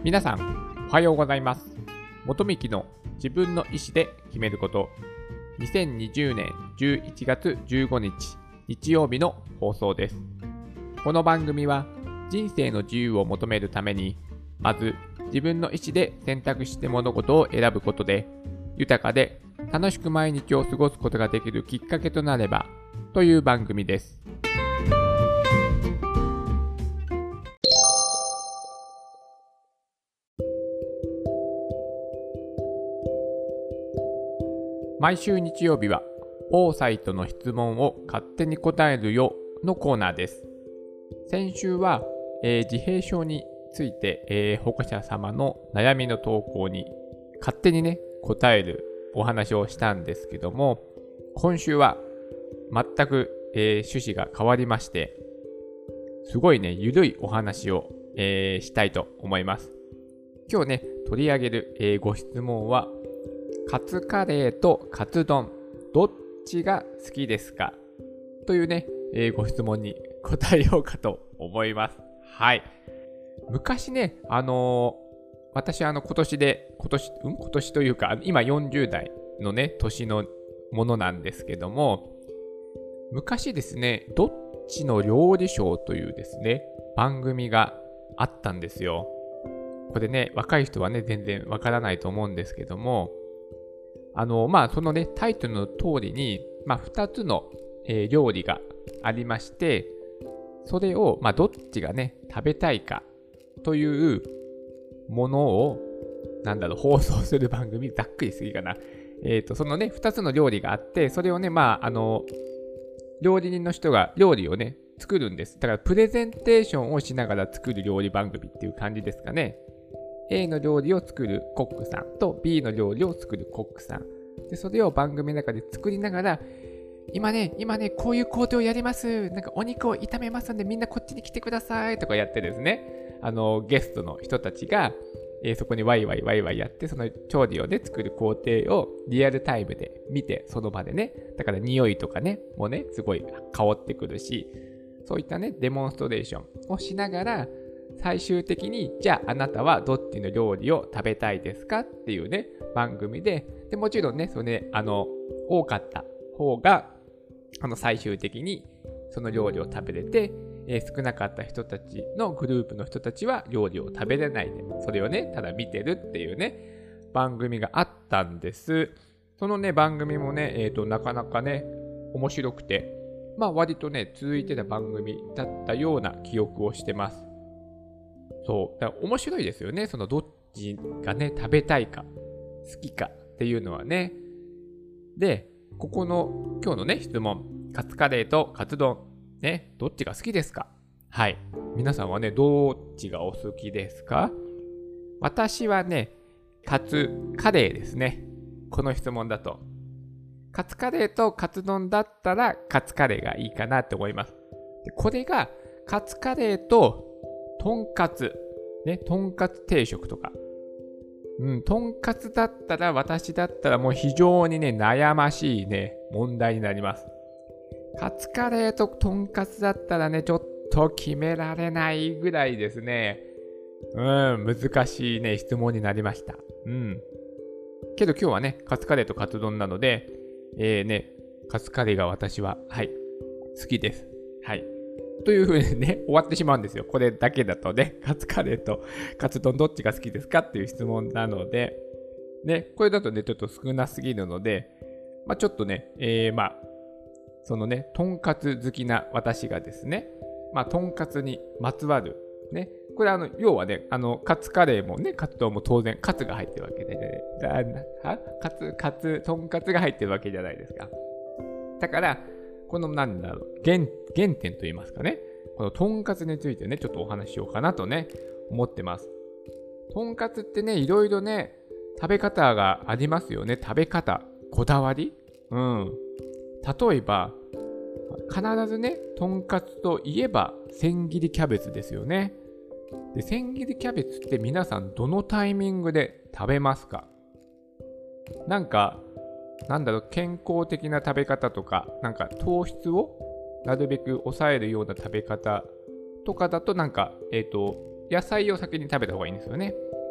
皆さん、おはようございます。元幹の自分の意思で決めること。2020年11月15日、日曜日の放送です。この番組は、人生の自由を求めるために、まず自分の意思で選択して物事を選ぶことで、豊かで楽しく毎日を過ごすことができるきっかけとなれば、という番組です。毎週日曜日は、フォーサイトの質問を勝手に答えるよのコーナーです。先週は、自閉症について、保護者様の悩みの投稿に勝手にね、答えるお話をしたんですけども、今週は全く、趣旨が変わりまして、すごいね、ゆるいお話を、したいと思います。今日ね、取り上げる、ご質問は、カツカレーとカツ丼、どっちが好きですかというね、ご質問に答えようかと思います。はい。昔ね、私今年というか、今40代のね、年のものなんですけども、昔ですね、どっちの料理ショーというですね、番組があったんですよ。これね、若い人はね、全然わからないと思うんですけども、そのね、タイトルの通りに、2つの、料理がありまして、それを、どっちがね、食べたいかというものを、放送する番組、ざっくりすぎかな。そのね、2つの料理があって、それをね、料理人の人が料理をね、作るんです。だから、プレゼンテーションをしながら作る料理番組っていう感じですかね。A の料理を作るコックさんと B の料理を作るコックさん。で、それを番組の中で作りながら、今ね、こういう工程をやります。お肉を炒めますんで、みんなこっちに来てくださいとかやってですね、ゲストの人たちが、そこにワイワイやって、その調理をね、作る工程をリアルタイムで見て、その場でね、だから匂いとかね、もうね、すごい香ってくるし、そういったね、デモンストレーションをしながら、最終的に、じゃああなたはどっちの料理を食べたいですかっていうね、番組で、もちろんね、多かった方が、最終的にその料理を食べれて、少なかった人たちのグループの人たちは料理を食べれないで、それをね、ただ見てるっていうね、番組があったんです。そのね、番組もね、なかなかね、面白くて、割とね、続いてた番組だったような記憶をしてます。そう。だから面白いですよね。そのどっちがね、食べたいか、好きかっていうのはね。で、今日のね、質問。カツカレーとカツ丼。ね、どっちが好きですか？はい。皆さんはね、どっちがお好きですか？私はね、カツカレーですね。この質問だと。カツカレーとカツ丼だったら、カツカレーがいいかなって思います。で、これが、カツカレーととんかつ、ね、とんかつ定食とか。とんかつだったら、私だったらもう非常にね、悩ましいね、問題になります。カツカレーととんかつだったらね、ちょっと決められないぐらいですね。難しいね、質問になりました。けど今日はね、カツカレーとカツ丼なので、カツカレーが私は、はい、好きです。はい。という風にね、終わってしまうんですよ。これだけだとね、カツカレーとカツ丼どっちが好きですかっていう質問なので、ね、これだとね、ちょっと少なすぎるので、ちょっとね、そのね、とんかつ好きな私がですね、とんかつにまつわる、ね、これ要はね、カツカレーもね、カツ丼も当然、カツが入ってるわけで、とんかつが入ってるわけじゃないですか。だから、この原点と言いますかね。このとんかつについてね、ちょっとお話ししようかなとね、思ってます。とんかつってね、いろいろね、食べ方がありますよね。食べ方、こだわり。例えば、必ずね、とんかつといえば千切りキャベツですよね。で、千切りキャベツって皆さんどのタイミングで食べますか？健康的な食べ方とか、糖質をなるべく抑えるような食べ方とかだと野菜を先に食べた方がいいんですよね。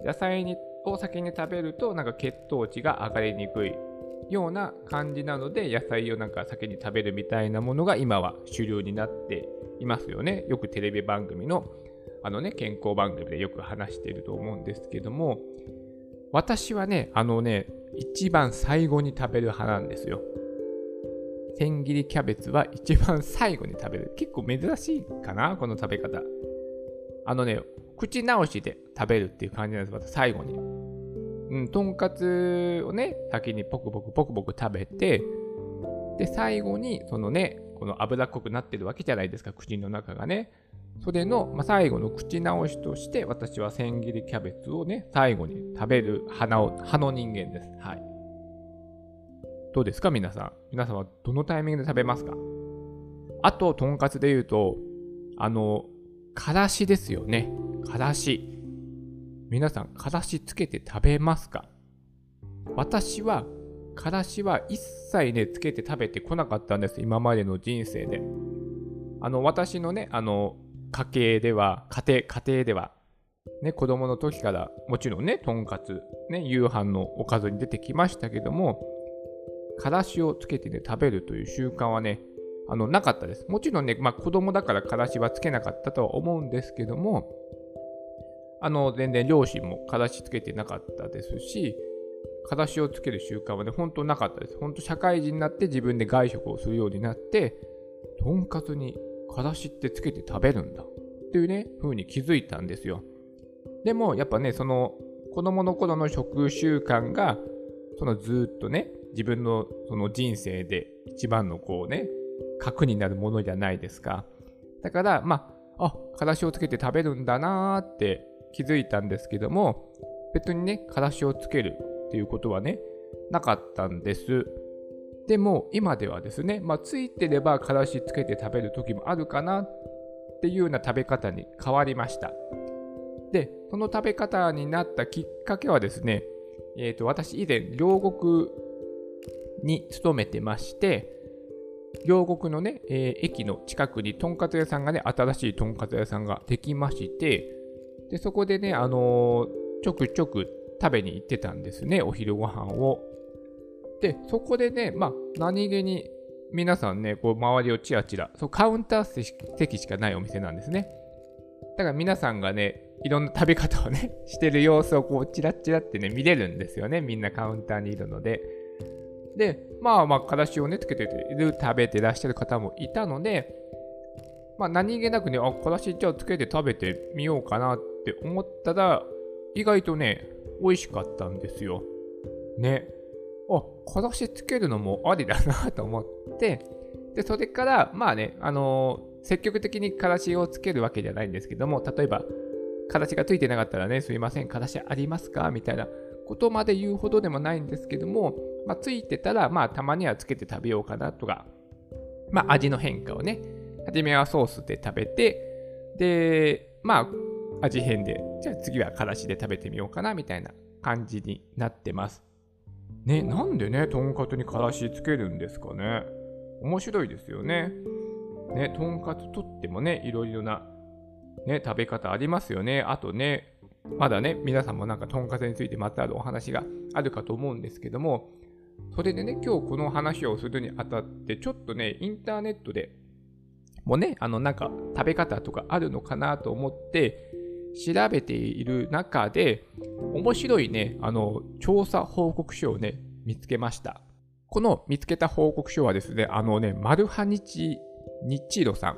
野菜を先に食べるとなんか血糖値が上がりにくいような感じなので、野菜をなんか先に食べるみたいなものが今は主流になっていますよね。よくテレビ番組の健康番組でよく話していると思うんですけども、私はね、一番最後に食べる派なんですよ。千切りキャベツは一番最後に食べる。結構珍しいかな、この食べ方。口直しで食べるっていう感じなんです、また最後に。とんかつをね、先にポクポク食べて、で、最後に、この脂っこくなってるわけじゃないですか、口の中がね。それの、最後の口直しとして、私は千切りキャベツをね、最後に食べる派の人間です。はい。どうですか、皆さん。皆さんはどのタイミングで食べますか？あと、とんかつで言うと、からしですよね。からし。皆さん、からしつけて食べますか？私は、からしは一切ね、つけて食べてこなかったんです。今までの人生で。私のね、家庭では、ね、子供の時からもちろんね、とんかつ、ね、夕飯のおかずに出てきましたけども、からしをつけてね、食べるという習慣はね、なかったです。もちろんね、子供だからからしはつけなかったとは思うんですけども、全然両親もからしつけてなかったですし、からしをつける習慣はね、本当なかったです。本当社会人になって自分で外食をするようになって、とんかつにからしってつけて食べるんだっていうね、風に気づいたんですよ。でもやっぱね、その子供の頃の食習慣が、ずっとね、自分のその人生で一番の核になるものじゃないですか。だから、からしをつけて食べるんだなーって気づいたんですけども、別にね、からしをつけるっていうことはね、なかったんです。でも、今ではですね、ついてればからしつけて食べる時もあるかなっていうような食べ方に変わりました。で、その食べ方になったきっかけはですね、私以前、両国に勤めてまして、両国のね、駅の近くにとんかつ屋さんがね、新しいとんかつ屋さんができまして、で、そこでね、ちょくちょく食べに行ってたんですね、お昼ご飯を。で、そこでね、何気に皆さんね、周りをチラチラ、カウンター席しかないお店なんですね。だから皆さんがね、いろんな食べ方をね、してる様子をチラチラってね、見れるんですよね。みんなカウンターにいるので。で、からしをね、つけて食べてらっしゃる方もいたので、何気なくね、からしじゃあつけて食べてみようかなって思ったら、意外とね、美味しかったんですよ。ね。からしつけるのもありだなと思って、で、それから、積極的にからしをつけるわけじゃないんですけども、例えば、からしがついてなかったらね、すいません、からしありますかみたいなことまで言うほどでもないんですけども、ついてたら、たまにはつけて食べようかなとか、味の変化をね、初めはソースで食べて、で、味変で、じゃあ次はからしで食べてみようかなみたいな感じになってます。ね、なんでね、とんかつにからしつけるんですかね。面白いですよね。ね、とんかつとってもね、いろいろな、ね、食べ方ありますよね。あとね、まだね、皆さんもなんかとんかつについてまつわるお話があるかと思うんですけども、それでね、今日この話をするにあたって、ちょっとね、インターネットでもね、なんか食べ方とかあるのかなと思って調べている中で、面白いね、調査報告書をね、見つけました。この見つけた報告書はですね、マルハニチロさん、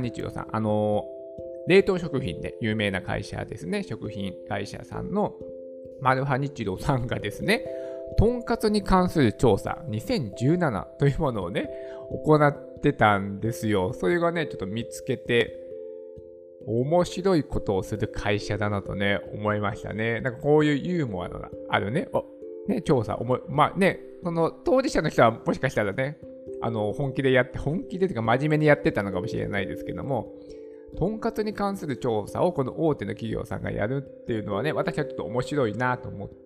冷凍食品で有名な会社ですね、食品会社さんのマルハニチロさんがですね、とんかつに関する調査2017というものをね、行ってたんですよ。それがね、ちょっと見つけて、面白いことをする会社だなとね、思いましたね。なんかこういうユーモアがあるね、調査、その当事者の人はもしかしたらね、本気でというか真面目にやってたのかもしれないですけども、とんかつに関する調査をこの大手の企業さんがやるっていうのはね、私はちょっと面白いなと思って、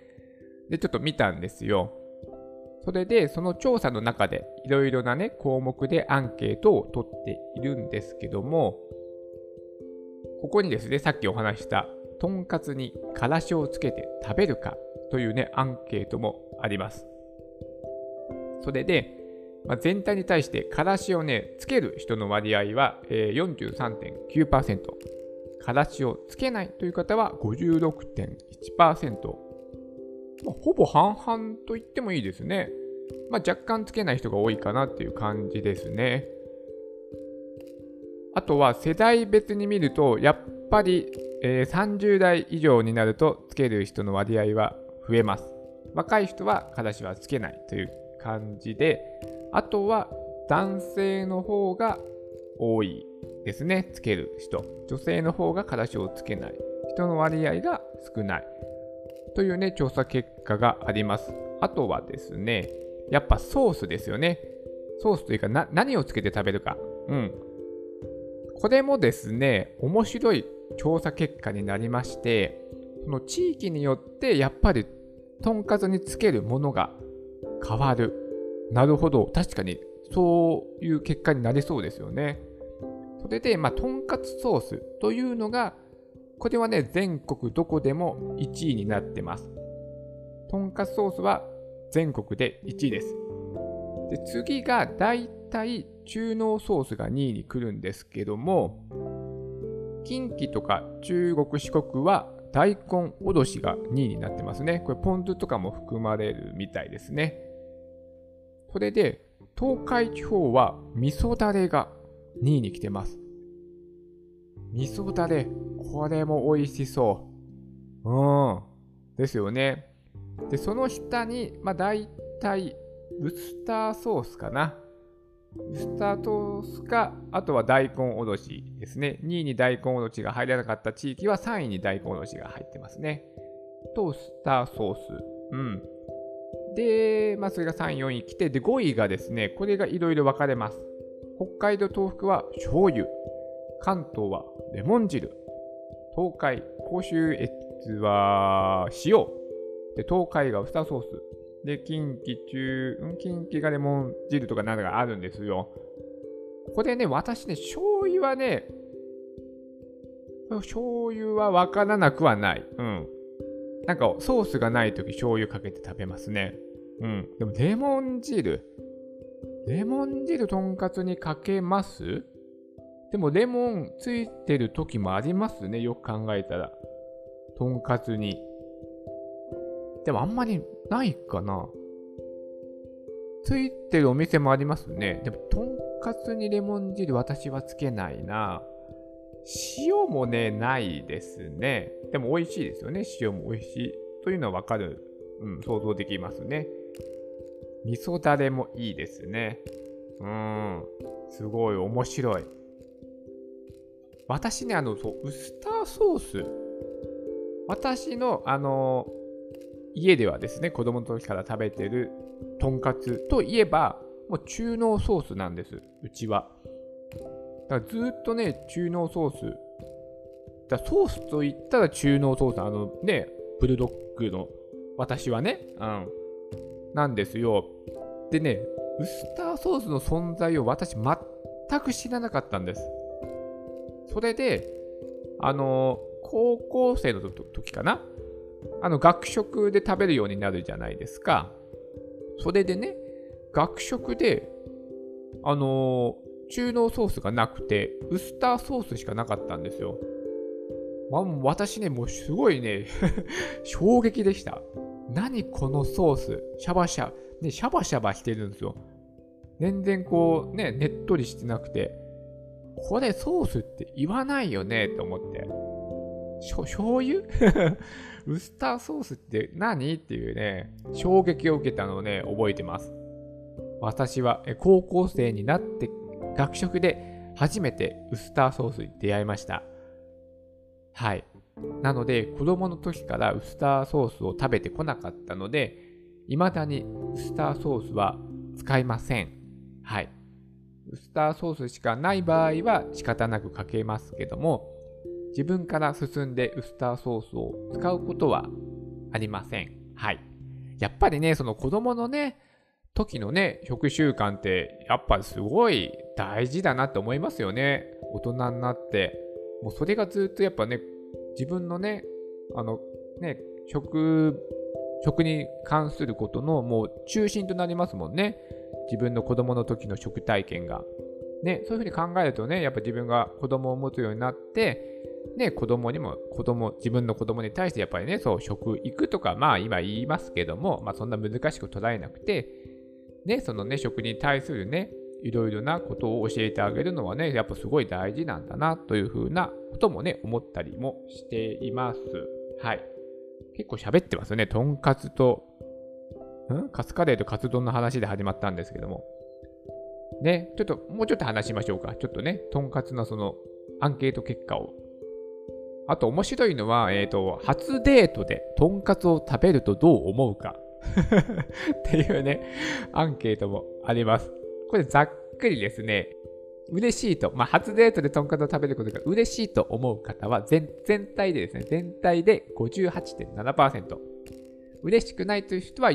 で、ちょっと見たんですよ。それで、その調査の中でいろいろなね、項目でアンケートを取っているんですけども、ここにですね、さっきお話したとんかつにからしをつけて食べるかというね、アンケートもあります。それで、全体に対してからしをね、つける人の割合は、43.9%。からしをつけないという方は 56.1%。ほぼ半々と言ってもいいですね。若干つけない人が多いかなっていう感じですね。あとは世代別に見ると、やっぱり、30代以上になるとつける人の割合は増えます。若い人はからしはつけないという感じで、あとは男性の方が多いですね、つける人。女性の方がからしをつけない人の割合が少ないというね、調査結果があります。あとはですね、やっぱソースですよね。ソースというか何をつけて食べるか。これもですね、面白い調査結果になりまして、その地域によってやっぱりとんかつにつけるものが変わる。なるほど、確かにそういう結果になりそうですよね。それで、とんかつソースというのが、これはね、全国どこでも1位になってます。とんかつソースは全国で1位です。で、次がだいたい中濃ソースが2位に来るんですけども、近畿とか中国四国は大根おろしが2位になってますね。これポン酢とかも含まれるみたいですね。それで東海地方は味噌だれが2位に来てます。味噌だれ、これも美味しそう。ですよね。で、その下に、だいたいウスターソースかな。ウスターソースか、あとは大根おろしですね。2位に大根おろしが入らなかった地域は3位に大根おろしが入ってますね。と、ウスターソース。で、それが3位、4位来て、で、5位がですね、これがいろいろ分かれます。北海道、東北は醤油。関東はレモン汁。東海、甲州越は塩。で、東海がウスターソース。で、近畿がレモン汁とかなんかがあるんですよ。これね、私ね、醤油は分からなくはない。なんかソースがないとき醤油かけて食べますね。でもレモン汁とんかつにかけます？でもレモンついてる時もありますね。よく考えたら。とんかつに。でもあんまりないかな。ついてるお店もありますね。でもとんかつにレモン汁私はつけないな。塩もね、ないですね。でも美味しいですよね。塩も美味しいというのはわかる。想像できますね。味噌だれもいいですね。すごい面白い。私ね、ウスターソース。私の、家ではですね、子供の時から食べてるとんかつといえば、もう中濃ソースなんです。うちは。だからずっとね、中濃ソース。ソースと言ったら中濃ソース。ブルドッグの私はね、なんですよ。でね、ウスターソースの存在を私全く知らなかったんです。それで、高校生の時かな、学食で食べるようになるじゃないですか。それでね、学食で、中濃ソースがなくて、ウスターソースしかなかったんですよ。私ね、もうすごいね、衝撃でした。何このソース、シャバシャバしてるんですよ。全然ねっとりしてなくて、これソースって言わないよねって思って。醤油ウスターソースって何っていうね、衝撃を受けたのをね、覚えてます。私は高校生になって学食で初めてウスターソースに出会いました。はい。なので、子供の時からウスターソースを食べてこなかったので、未だにウスターソースは使いません。はい。ウスターソースしかない場合は仕方なくかけますけども、自分から進んでウスターソースを使うことはありません。はい。やっぱりね、その子供のね、時のね、食習慣って、やっぱすごい大事だなって思いますよね。大人になって。もうそれがずっとやっぱね、 自分のね、ね、食に関することのもう中心となりますもんね。自分の子供の時の食体験が。ね、そういうふうに考えるとね、やっぱ自分が子供を持つようになって、ね、自分の子供に対してやっぱりね、そう、食育とか、まあ今言いますけども、まあそんな難しく捉えなくて、ね、そのね、食に対するね、いろいろなことを教えてあげるのはね、やっぱすごい大事なんだなというふうなこともね、思ったりもしています。はい。結構喋ってますよね。とんかつと、カツカレーとカツ丼の話で始まったんですけども。ね、もうちょっと話しましょうか。ちょっとね、とんかつのそのアンケート結果を。あと面白いのは、初デートでとんかつを食べるとどう思うかっていうね、アンケートもあります。これざっくりですね、嬉しいと、初デートでとんかつを食べることが嬉しいと思う方は全体でですね、全体で 58.7%。嬉しくないという人は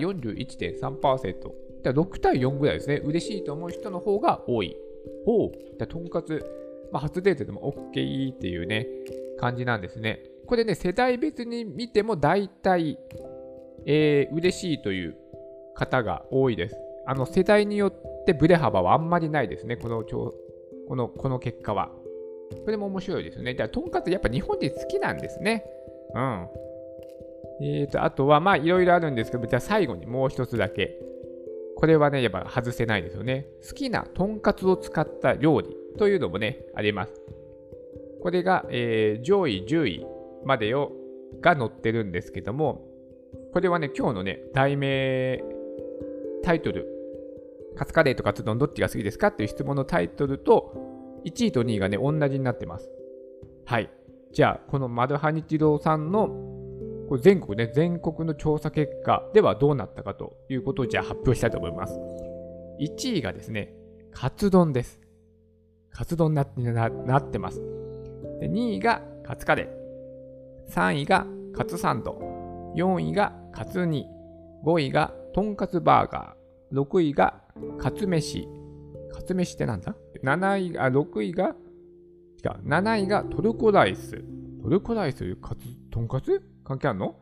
41.3%。6対4ぐらいですね。嬉しいと思う人の方が多い。とんかつ、初デートでも OK っていうね、感じなんですね。これね、世代別に見ても大体、嬉しいという方が多いです。世代によってブレ幅はあんまりないですね。この結果は。これも面白いですね。とんかつやっぱ日本人好きなんですね。うん。あとはいろいろあるんですけど、じゃあ最後にもう一つだけ。これはね、やっぱ外せないですよね。好きなとんかつを使った料理というのもね、あります。これが、上位10位までが載ってるんですけども、これはね、今日のね、タイトル、カツカレーとカツ丼どっちが好きですかっていう質問のタイトルと、1位と2位がね、同じになってます。はい。じゃあ、このマルハニチローさんのこれ全国の調査結果ではどうなったかということをじゃあ発表したいと思います。1位がですね、カツ丼です。カツ丼になってます。で2位がカツカレー。3位がカツサンド。4位がカツ煮。5位がとんかつバーガー。6位がカツ飯。カツ飯ってなんだ ?6 位が、7位がトルコライス。トルコライスとんかつ関係あるの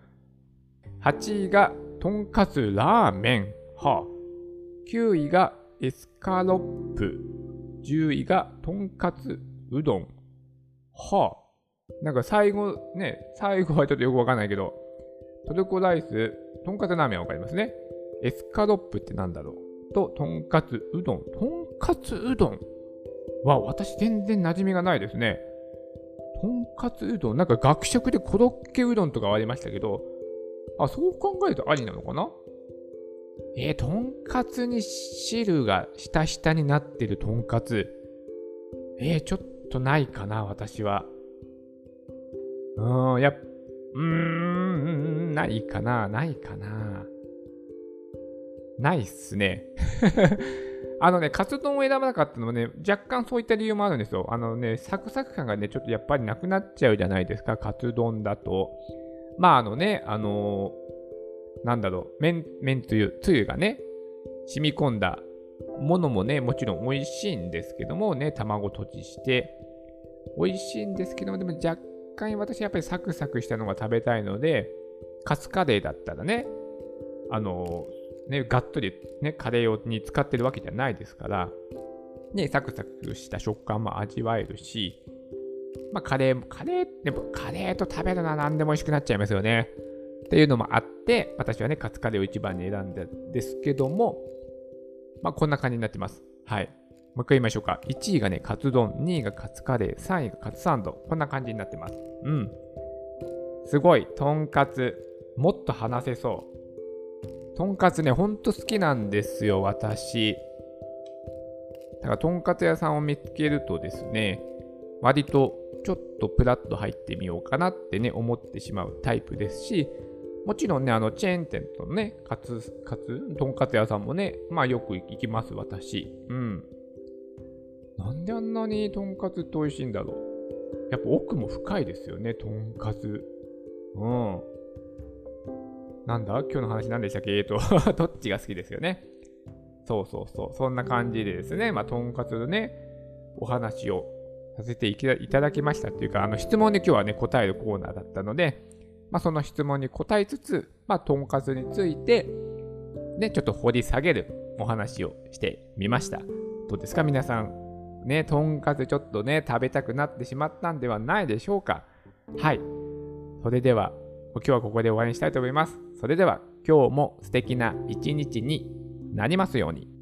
?8 位がとんかつラーメン。9位がエスカロップ。10位がとんかつうどん。なんか最後はちょっとよくわかんないけど、トルコライス、とんかつラーメンわかりますね。エスカロップってなんだろうと、とんかつうどん。とんかつうどんは私全然馴染みがないですね。とんかつうどん、なんか学食でコロッケうどんとかありましたけど、そう考えるとありなのかな？とんかつに汁が下下になってるとんかつ。ちょっとないかな、私は。ないかな。ないっすね。カツ丼を選ばなかったのもね、若干そういった理由もあるんですよ。サクサク感がね、ちょっとやっぱりなくなっちゃうじゃないですか、カツ丼だと。なんだろう、麺というつゆがね、染み込んだものもね、もちろん美味しいんですけどもね、卵とじして、美味しいんですけども、でも若干私やっぱりサクサクしたのが食べたいので、カツカレーだったらね、がっつりね、カレーに使ってるわけじゃないですから、ね、サクサクした食感も味わえるし、カレーと食べるのは何でも美味しくなっちゃいますよね。っていうのもあって、私はね、カツカレーを一番に選んだんですけども、こんな感じになってます。はい。もう一回言いましょうか。1位がね、カツ丼、2位がカツカレー、3位がカツサンド。こんな感じになってます。すごい、とんかつ。もっと話せそう。とんかつね、ほんと好きなんですよ、私。だから、とんかつ屋さんを見つけるとですね、割とちょっとプラッと入ってみようかなってね、思ってしまうタイプですし、もちろんね、チェーン店とのね、とんかつ屋さんもね、よく行きます、私。なんであんなにとんかつって美味しいんだろう。やっぱ奥も深いですよね、とんかつ。なんだ今日の話何でしたっけどっちが好きですよね。そう。そんな感じでですね、とんかつのね、お話をさせていただきましたというか、質問に今日はね、答えるコーナーだったので、その質問に答えつつ、とんかつについて、ね、ちょっと掘り下げるお話をしてみました。どうですか皆さん。ね、とんかつちょっとね、食べたくなってしまったんではないでしょうか。はい。それでは、今日はここで終わりにしたいと思います。それでは、今日も素敵な一日になりますように。